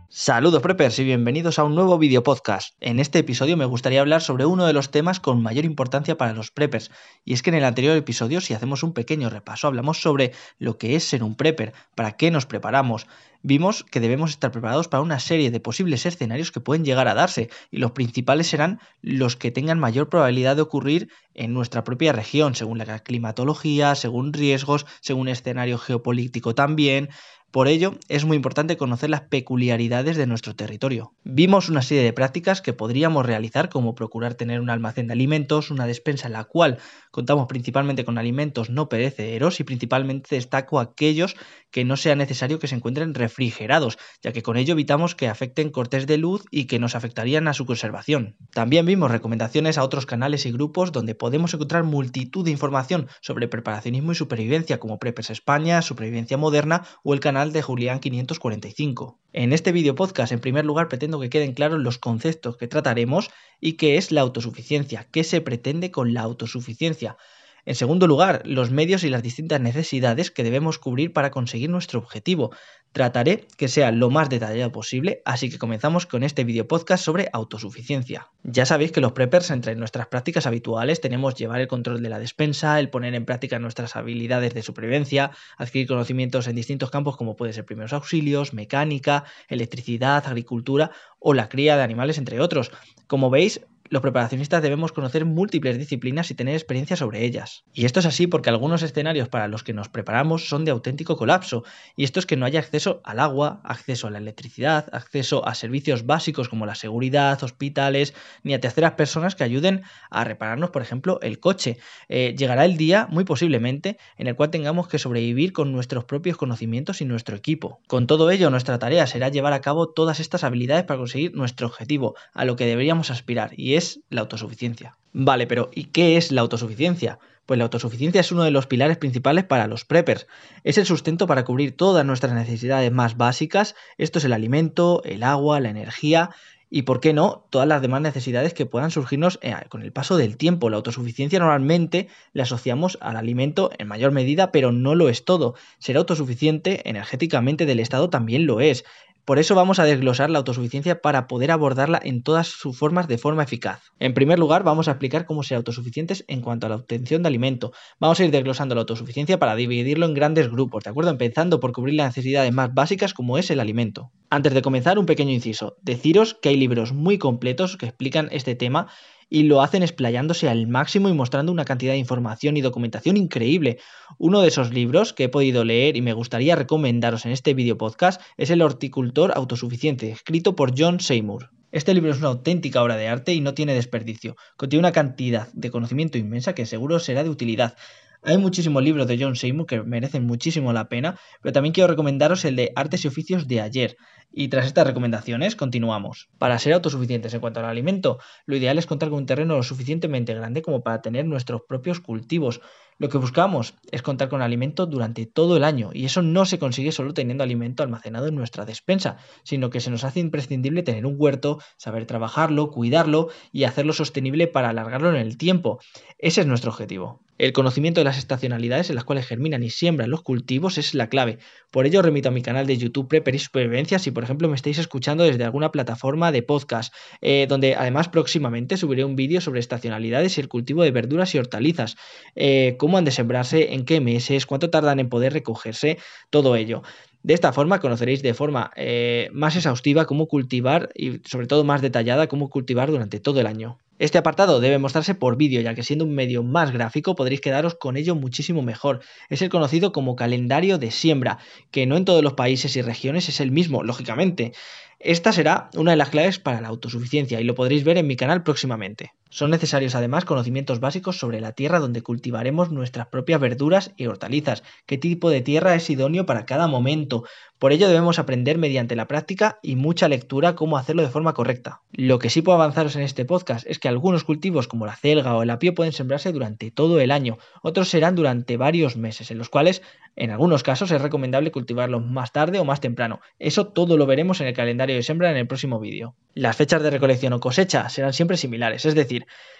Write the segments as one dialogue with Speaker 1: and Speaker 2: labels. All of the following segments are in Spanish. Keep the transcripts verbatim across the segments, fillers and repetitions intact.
Speaker 1: Saludos preppers y bienvenidos a un nuevo video podcast. En este episodio me gustaría hablar sobre uno de los temas con mayor importancia para los preppers, y es que en el anterior episodio, si hacemos un pequeño repaso, hablamos sobre lo que es ser un prepper, para qué nos preparamos. Vimos que debemos estar preparados para una serie de posibles escenarios que pueden llegar a darse, y los principales serán los que tengan mayor probabilidad de ocurrir en nuestra propia región, según la climatología, según riesgos, según escenario geopolítico también. Por ello, es muy importante conocer las peculiaridades de nuestro territorio. Vimos una serie de prácticas que podríamos realizar, como procurar tener un almacén de alimentos, una despensa en la cual contamos principalmente con alimentos no perecederos, y principalmente destaco aquellos que no sea necesario que se encuentren refrigerados, ya que con ello evitamos que afecten cortes de luz y que nos afectarían a su conservación. También vimos recomendaciones a otros canales y grupos donde podemos encontrar multitud de información sobre preparacionismo y supervivencia, como Preppers España, Supervivencia Moderna o el canal de Julián quinientos cuarenta y cinco. En este video podcast, en primer lugar, pretendo que queden claros los conceptos que trataremos y qué es la autosuficiencia, qué se pretende con la autosuficiencia. En segundo lugar, los medios y las distintas necesidades que debemos cubrir para conseguir nuestro objetivo. Trataré que sea lo más detallado posible, así que comenzamos con este video podcast sobre autosuficiencia. Ya sabéis que los preppers, entre nuestras prácticas habituales, tenemos llevar el control de la despensa, el poner en práctica nuestras habilidades de supervivencia, adquirir conocimientos en distintos campos como puede ser primeros auxilios, mecánica, electricidad, agricultura o la cría de animales, entre otros. Como veis, los preparacionistas debemos conocer múltiples disciplinas y tener experiencia sobre ellas. Y esto es así porque algunos escenarios para los que nos preparamos son de auténtico colapso, y esto es que no haya acceso al agua, acceso a la electricidad, acceso a servicios básicos como la seguridad, hospitales, ni a terceras personas que ayuden a repararnos, por ejemplo, el coche. Eh, llegará el día, muy posiblemente, en el cual tengamos que sobrevivir con nuestros propios conocimientos y nuestro equipo. Con todo ello, nuestra tarea será llevar a cabo todas estas habilidades para conseguir nuestro objetivo, a lo que deberíamos aspirar, y es es la autosuficiencia. Vale, pero ¿y qué es la autosuficiencia? Pues la autosuficiencia es uno de los pilares principales para los preppers. Es el sustento para cubrir todas nuestras necesidades más básicas. Esto es el alimento, el agua, la energía y, ¿por qué no?, todas las demás necesidades que puedan surgirnos eh, con el paso del tiempo. La autosuficiencia normalmente la asociamos al alimento en mayor medida, pero no lo es todo. Ser autosuficiente energéticamente del Estado también lo es. Por eso vamos a desglosar la autosuficiencia para poder abordarla en todas sus formas de forma eficaz. En primer lugar, vamos a explicar cómo ser autosuficientes en cuanto a la obtención de alimento. Vamos a ir desglosando la autosuficiencia para dividirlo en grandes grupos, ¿de acuerdo? Empezando por cubrir las necesidades más básicas como es el alimento. Antes de comenzar, un pequeño inciso. Deciros que hay libros muy completos que explican este tema y lo hacen explayándose al máximo y mostrando una cantidad de información y documentación increíble. Uno de esos libros que he podido leer y me gustaría recomendaros en este video podcast es El horticultor autosuficiente, escrito por John Seymour. Este libro es una auténtica obra de arte y no tiene desperdicio. Contiene una cantidad de conocimiento inmensa que seguro será de utilidad. Hay muchísimos libros de John Seymour que merecen muchísimo la pena, pero también quiero recomendaros el de Artes y Oficios de ayer. Y tras estas recomendaciones, continuamos. Para ser autosuficientes en cuanto al alimento, lo ideal es contar con un terreno lo suficientemente grande como para tener nuestros propios cultivos. Lo que buscamos es contar con alimento durante todo el año, y eso no se consigue solo teniendo alimento almacenado en nuestra despensa, sino que se nos hace imprescindible tener un huerto, saber trabajarlo, cuidarlo y hacerlo sostenible para alargarlo en el tiempo. Ese es nuestro objetivo. El conocimiento de las estacionalidades en las cuales germinan y siembran los cultivos es la clave. Por ello, remito a mi canal de YouTube Prepper y Supervivencia si, por ejemplo, me estáis escuchando desde alguna plataforma de podcast, eh, donde además próximamente subiré un vídeo sobre estacionalidades y el cultivo de verduras y hortalizas, eh, cómo han de sembrarse, en qué meses, cuánto tardan en poder recogerse, todo ello. De esta forma conoceréis de forma eh, más exhaustiva cómo cultivar y sobre todo más detallada cómo cultivar durante todo el año. Este apartado debe mostrarse por vídeo, ya que siendo un medio más gráfico podréis quedaros con ello muchísimo mejor. Es el conocido como calendario de siembra, que no en todos los países y regiones es el mismo, lógicamente. Esta será una de las claves para la autosuficiencia y lo podréis ver en mi canal próximamente. Son necesarios además conocimientos básicos sobre la tierra donde cultivaremos nuestras propias verduras y hortalizas, qué tipo de tierra es idóneo para cada momento. Por ello debemos aprender mediante la práctica y mucha lectura cómo hacerlo de forma correcta. Lo que sí puedo avanzaros en este podcast es que algunos cultivos como la celga o el apio pueden sembrarse durante todo el año, otros serán durante varios meses, en los cuales en algunos casos es recomendable cultivarlos más tarde o más temprano. Eso todo lo veremos en el calendario de siembra en el próximo vídeo. Las fechas de recolección o cosecha serán siempre similares, es decir,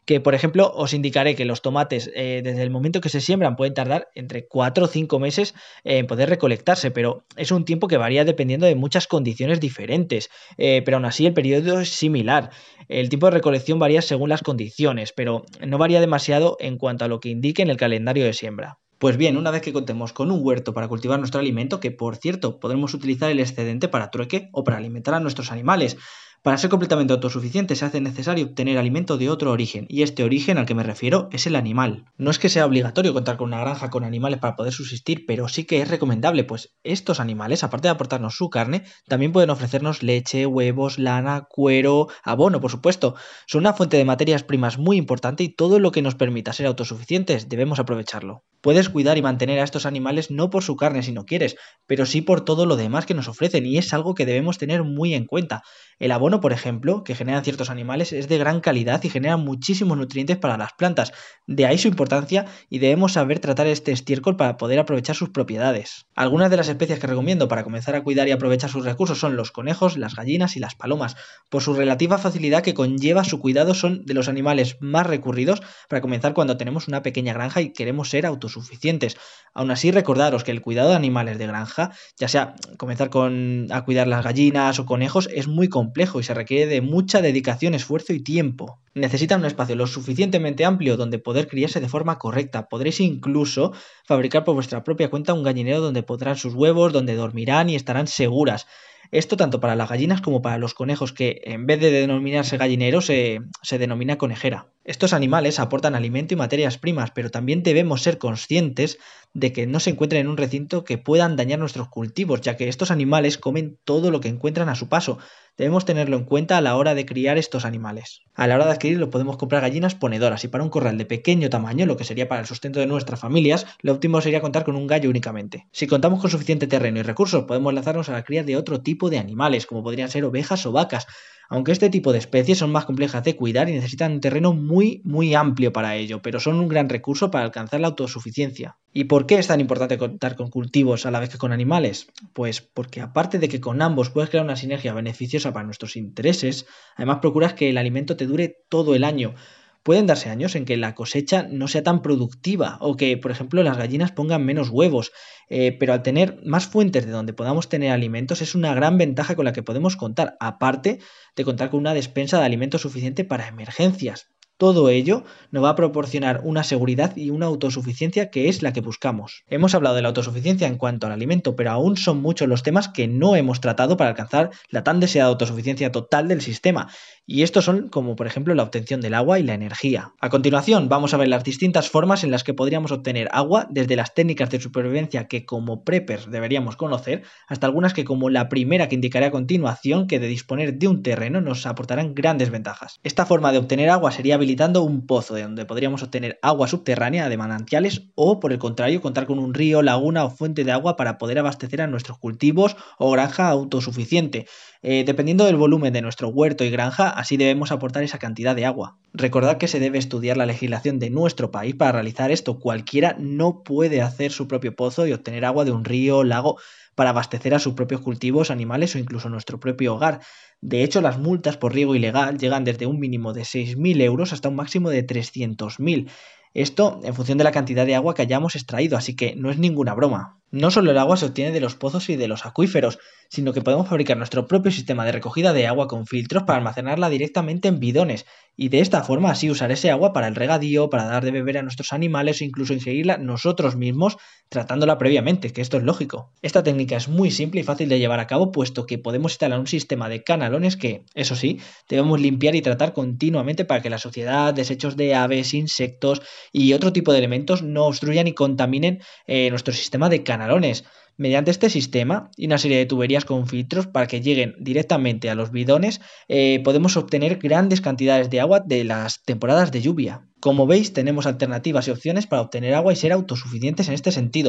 Speaker 1: que por ejemplo os indicaré que los tomates eh, desde el momento que se siembran pueden tardar entre cuatro o cinco meses en poder recolectarse, pero es un tiempo que varía dependiendo de muchas condiciones diferentes, eh, pero aún así el periodo es similar. El tiempo de recolección varía según las condiciones, pero no varía demasiado en cuanto a lo que indique en el calendario de siembra. Pues bien, una vez que contemos con un huerto para cultivar nuestro alimento, que por cierto podremos utilizar el excedente para trueque o para alimentar a nuestros animales, para ser completamente autosuficiente se hace necesario obtener alimento de otro origen, y este origen al que me refiero es el animal. No es que sea obligatorio contar con una granja con animales para poder subsistir, pero sí que es recomendable, pues estos animales, aparte de aportarnos su carne, también pueden ofrecernos leche, huevos, lana, cuero, abono, por supuesto. Son una fuente de materias primas muy importante y todo lo que nos permita ser autosuficientes debemos aprovecharlo. Puedes cuidar y mantener a estos animales no por su carne si no quieres, pero sí por todo lo demás que nos ofrecen, y es algo que debemos tener muy en cuenta. El abono, por ejemplo, que generan ciertos animales, es de gran calidad y genera muchísimos nutrientes para las plantas. De ahí su importancia y debemos saber tratar este estiércol para poder aprovechar sus propiedades. Algunas de las especies que recomiendo para comenzar a cuidar y aprovechar sus recursos son los conejos, las gallinas y las palomas. Por su relativa facilidad que conlleva su cuidado, son de los animales más recurridos para comenzar cuando tenemos una pequeña granja y queremos ser autosuficientes. Aún así, recordaros que el cuidado de animales de granja, ya sea comenzar con, a cuidar las gallinas o conejos, es muy complejo y se requiere de mucha dedicación, esfuerzo y tiempo. Necesitan un espacio lo suficientemente amplio donde poder criarse de forma correcta. Podréis incluso fabricar por vuestra propia cuenta un gallinero donde pondrán sus huevos, donde dormirán y estarán seguras. Esto tanto para las gallinas como para los conejos, que en vez de denominarse gallinero se, se denomina conejera. Estos animales aportan alimento y materias primas, pero también debemos ser conscientes de que no se encuentren en un recinto que puedan dañar nuestros cultivos, ya que estos animales comen todo lo que encuentran a su paso. Debemos tenerlo en cuenta a la hora de criar estos animales. A la hora de adquirirlo podemos comprar gallinas ponedoras, y para un corral de pequeño tamaño, lo que sería para el sustento de nuestras familias, lo óptimo sería contar con un gallo únicamente. Si contamos con suficiente terreno y recursos, podemos lanzarnos a la cría de otro tipo de animales, como podrían ser ovejas o vacas, aunque este tipo de especies son más complejas de cuidar y necesitan un terreno muy, muy amplio para ello, pero son un gran recurso para alcanzar la autosuficiencia. ¿Y por qué es tan importante contar con cultivos a la vez que con animales? Pues porque aparte de que con ambos puedes crear una sinergia beneficiosa para nuestros intereses, además procuras que el alimento te dure todo el año. Pueden darse años en que la cosecha no sea tan productiva o que, por ejemplo, las gallinas pongan menos huevos, eh, pero al tener más fuentes de donde podamos tener alimentos es una gran ventaja con la que podemos contar, aparte de contar con una despensa de alimentos suficiente para emergencias. Todo ello nos va a proporcionar una seguridad y una autosuficiencia que es la que buscamos. Hemos hablado de la autosuficiencia en cuanto al alimento, pero aún son muchos los temas que no hemos tratado para alcanzar la tan deseada autosuficiencia total del sistema. Y estos son como por ejemplo la obtención del agua y la energía. A continuación vamos a ver las distintas formas en las que podríamos obtener agua, desde las técnicas de supervivencia que como preppers deberíamos conocer, hasta algunas que, como la primera que indicaré a continuación, que de disponer de un terreno nos aportarán grandes ventajas. Esta forma de obtener agua sería habilitando un pozo de donde podríamos obtener agua subterránea de manantiales, o por el contrario contar con un río, laguna o fuente de agua para poder abastecer a nuestros cultivos o granja autosuficiente. Eh, dependiendo del volumen de nuestro huerto y granja, así debemos aportar esa cantidad de agua. Recordad que se debe estudiar la legislación de nuestro país para realizar esto. Cualquiera no puede hacer su propio pozo y obtener agua de un río, lago, para abastecer a sus propios cultivos, animales o incluso nuestro propio hogar. De hecho, las multas por riego ilegal llegan desde un mínimo de seis mil euros hasta un máximo de trescientos mil. Esto en función de la cantidad de agua que hayamos extraído, así que no es ninguna broma. No solo el agua se obtiene de los pozos y de los acuíferos, sino que podemos fabricar nuestro propio sistema de recogida de agua con filtros para almacenarla directamente en bidones, y de esta forma así usar ese agua para el regadío, para dar de beber a nuestros animales o incluso ingerirla nosotros mismos tratándola previamente, que esto es lógico. Esta técnica es muy simple y fácil de llevar a cabo, puesto que podemos instalar un sistema de canalones que, eso sí, debemos limpiar y tratar continuamente para que la suciedad, desechos de aves, insectos y otro tipo de elementos no obstruyan y contaminen eh, nuestro sistema de canalones. Mediante este sistema y una serie de tuberías con filtros para que lleguen directamente a los bidones, eh, podemos obtener grandes cantidades de agua de las temporadas de lluvia. Como veis, tenemos alternativas y opciones para obtener agua y ser autosuficientes en este sentido.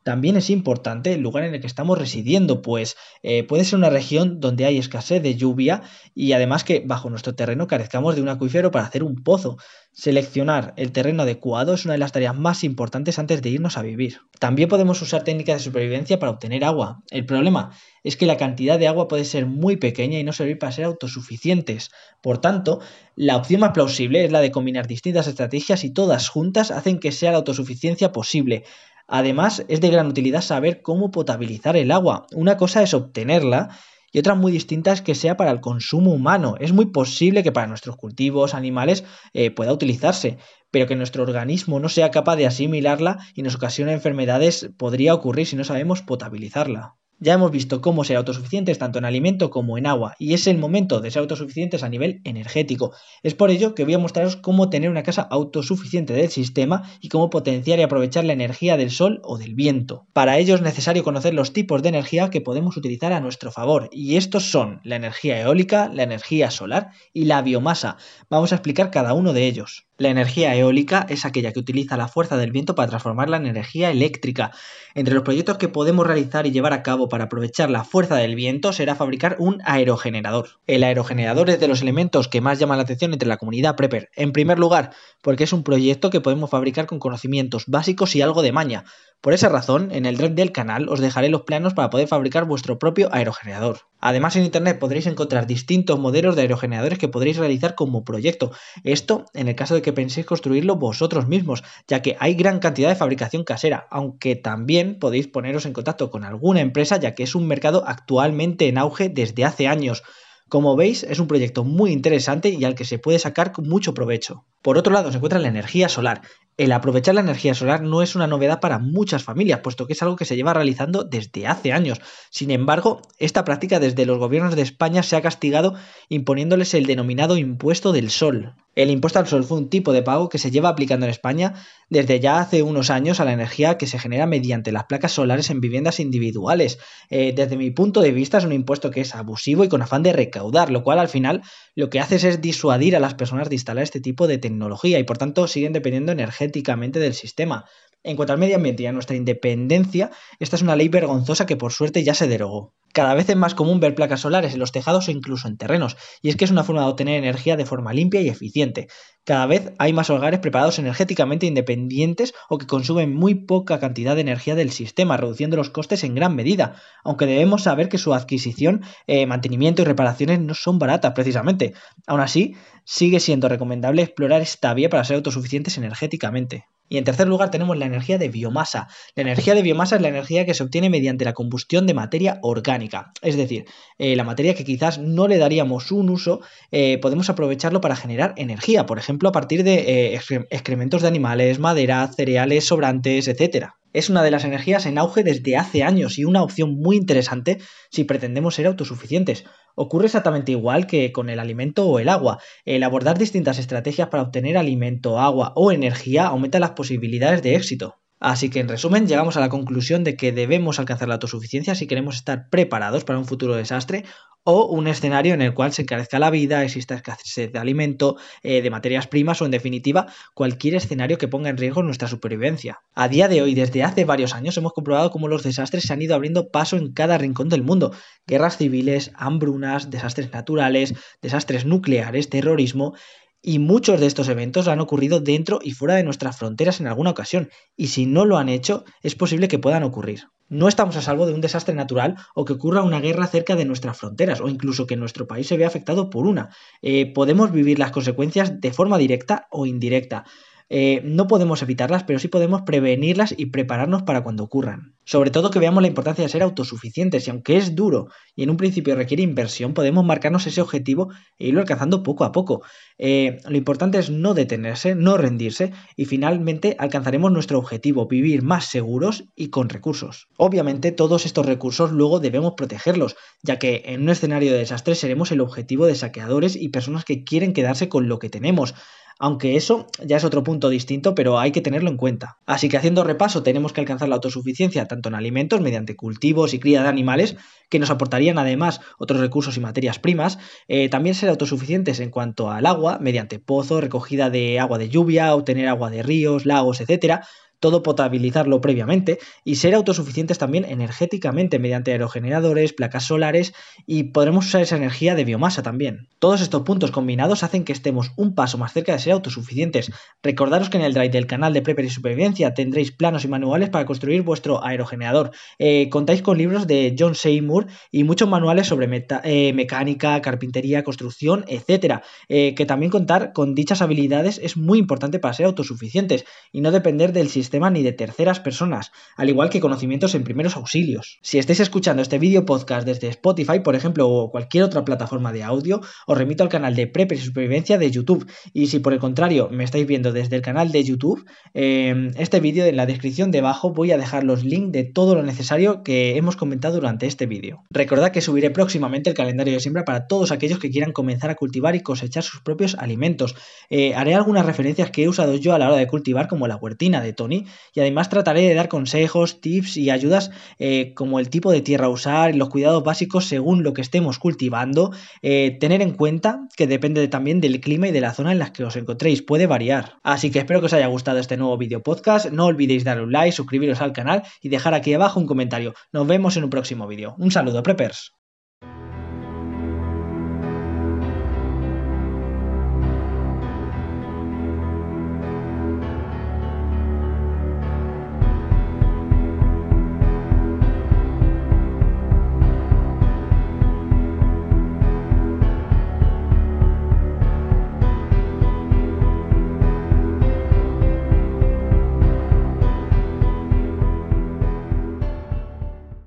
Speaker 1: También es importante el lugar en el que estamos residiendo, pues eh, puede ser una región donde hay escasez de lluvia y además que bajo nuestro terreno carezcamos de un acuífero para hacer un pozo. Seleccionar el terreno adecuado es una de las tareas más importantes antes de irnos a vivir. También podemos usar técnicas de supervivencia para obtener agua. El problema es que la cantidad de agua puede ser muy pequeña y no servir para ser autosuficientes. Por tanto, la opción más plausible es la de combinar distintas estrategias y todas juntas hacen que sea la autosuficiencia posible. Además, es de gran utilidad saber cómo potabilizar el agua. Una cosa es obtenerla y otra muy distinta es que sea para el consumo humano. Es muy posible que para nuestros cultivos, animales, eh, pueda utilizarse, pero que nuestro organismo no sea capaz de asimilarla y nos ocasione enfermedades podría ocurrir si no sabemos potabilizarla. Ya hemos visto cómo ser autosuficientes tanto en alimento como en agua, y es el momento de ser autosuficientes a nivel energético. Es por ello que voy a mostraros cómo tener una casa autosuficiente del sistema y cómo potenciar y aprovechar la energía del sol o del viento. Para ello es necesario conocer los tipos de energía que podemos utilizar a nuestro favor, y estos son la energía eólica, la energía solar y la biomasa. Vamos a explicar cada uno de ellos. La energía eólica es aquella que utiliza la fuerza del viento para transformarla en energía eléctrica. Entre los proyectos que podemos realizar y llevar a cabo para aprovechar la fuerza del viento será fabricar un aerogenerador. El aerogenerador es de los elementos que más llaman la atención entre la comunidad prepper. En primer lugar, porque es un proyecto que podemos fabricar con conocimientos básicos y algo de maña. Por esa razón, en el drive del canal os dejaré los planos para poder fabricar vuestro propio aerogenerador. Además, en internet podréis encontrar distintos modelos de aerogeneradores que podréis realizar como proyecto. Esto en el caso de que penséis construirlo vosotros mismos, ya que hay gran cantidad de fabricación casera, aunque también podéis poneros en contacto con alguna empresa, ya que es un mercado actualmente en auge desde hace años. Como veis, es un proyecto muy interesante y al que se puede sacar mucho provecho. Por otro lado, se encuentra la energía solar. El aprovechar la energía solar no es una novedad para muchas familias, puesto que es algo que se lleva realizando desde hace años. Sin embargo, esta práctica desde los gobiernos de España se ha castigado imponiéndoles el denominado impuesto del sol. El impuesto al sol fue un tipo de pago que se lleva aplicando en España desde ya hace unos años a la energía que se genera mediante las placas solares en viviendas individuales. Eh, desde mi punto de vista es un impuesto que es abusivo y con afán de recaudar, lo cual al final lo que hace es disuadir a las personas de instalar este tipo de tecnología y por tanto siguen dependiendo energéticamente del sistema. En cuanto al medio ambiente y a nuestra independencia, esta es una ley vergonzosa que por suerte ya se derogó. Cada vez es más común ver placas solares en los tejados o incluso en terrenos, y es que es una forma de obtener energía de forma limpia y eficiente. Cada vez hay más hogares preparados energéticamente independientes o que consumen muy poca cantidad de energía del sistema, reduciendo los costes en gran medida, aunque debemos saber que su adquisición, eh, mantenimiento y reparaciones no son baratas precisamente. Aún así, sigue siendo recomendable explorar esta vía para ser autosuficientes energéticamente. Y en tercer lugar tenemos la energía de biomasa. La energía de biomasa es la energía que se obtiene mediante la combustión de materia orgánica. Es decir, eh, la materia que quizás no le daríamos un uso, eh, podemos aprovecharlo para generar energía. Por ejemplo, a partir de eh, excrementos de animales, madera, cereales sobrantes, etcétera. Es una de las energías en auge desde hace años y una opción muy interesante si pretendemos ser autosuficientes. Ocurre exactamente igual que con el alimento o el agua. El abordar distintas estrategias para obtener alimento, agua o energía aumenta las posibilidades de éxito. Así que en resumen llegamos a la conclusión de que debemos alcanzar la autosuficiencia si queremos estar preparados para un futuro desastre o un escenario en el cual se encarezca la vida, exista escasez de alimento, eh, de materias primas o en definitiva cualquier escenario que ponga en riesgo nuestra supervivencia. A día de hoy, desde hace varios años, hemos comprobado cómo los desastres se han ido abriendo paso en cada rincón del mundo. Guerras civiles, hambrunas, desastres naturales, desastres nucleares, terrorismo. Y muchos de estos eventos han ocurrido dentro y fuera de nuestras fronteras en alguna ocasión, y si no lo han hecho, es posible que puedan ocurrir. No estamos a salvo de un desastre natural o que ocurra una guerra cerca de nuestras fronteras, o incluso que nuestro país se vea afectado por una. Eh, podemos vivir las consecuencias de forma directa o indirecta. Eh, no podemos evitarlas, pero sí podemos prevenirlas y prepararnos para cuando ocurran. Sobre todo que veamos la importancia de ser autosuficientes y aunque es duro y en un principio requiere inversión, podemos marcarnos ese objetivo e irlo alcanzando poco a poco. Eh, lo importante es no detenerse, no rendirse y finalmente alcanzaremos nuestro objetivo, vivir más seguros y con recursos. Obviamente todos estos recursos luego debemos protegerlos, ya que en un escenario de desastre seremos el objetivo de saqueadores y personas que quieren quedarse con lo que tenemos. Aunque eso ya es otro punto distinto, pero hay que tenerlo en cuenta. Así que haciendo repaso, tenemos que alcanzar la autosuficiencia tanto en alimentos, mediante cultivos y cría de animales, que nos aportarían además otros recursos y materias primas. Eh, también ser autosuficientes en cuanto al agua, mediante pozos, recogida de agua de lluvia, obtener agua de ríos, lagos, etcétera. todo potabilizarlo previamente y ser autosuficientes también energéticamente mediante aerogeneradores, placas solares y podremos usar esa energía de biomasa también. Todos estos puntos combinados hacen que estemos un paso más cerca de ser autosuficientes. Recordaros que en el drive del canal de Prepper y Supervivencia tendréis planos y manuales para construir vuestro aerogenerador. Eh, contáis con libros de John Seymour y muchos manuales sobre meta, eh, mecánica, carpintería, construcción, etcétera. Eh, que también contar con dichas habilidades es muy importante para ser autosuficientes y no depender del sistema ni de terceras personas, al igual que conocimientos en primeros auxilios. Si estáis escuchando este vídeo podcast desde Spotify, por ejemplo, o cualquier otra plataforma de audio, os remito al canal de Prepper y Supervivencia de YouTube. Y si por el contrario me estáis viendo desde el canal de YouTube, eh, este vídeo en la descripción debajo voy a dejar los links de todo lo necesario que hemos comentado durante este vídeo. Recordad que subiré próximamente el calendario de siembra para todos aquellos que quieran comenzar a cultivar y cosechar sus propios alimentos. Eh, haré algunas referencias que he usado yo a la hora de cultivar, como la huertina de Tony, y además trataré de dar consejos, tips y ayudas eh, como el tipo de tierra a usar y los cuidados básicos según lo que estemos cultivando. Eh, tener en cuenta que depende también del clima y de la zona en la que os encontréis, puede variar. Así que espero que os haya gustado este nuevo vídeo podcast, no olvidéis darle un like, suscribiros al canal y dejar aquí abajo un comentario. Nos vemos en un próximo vídeo. Un saludo, preppers.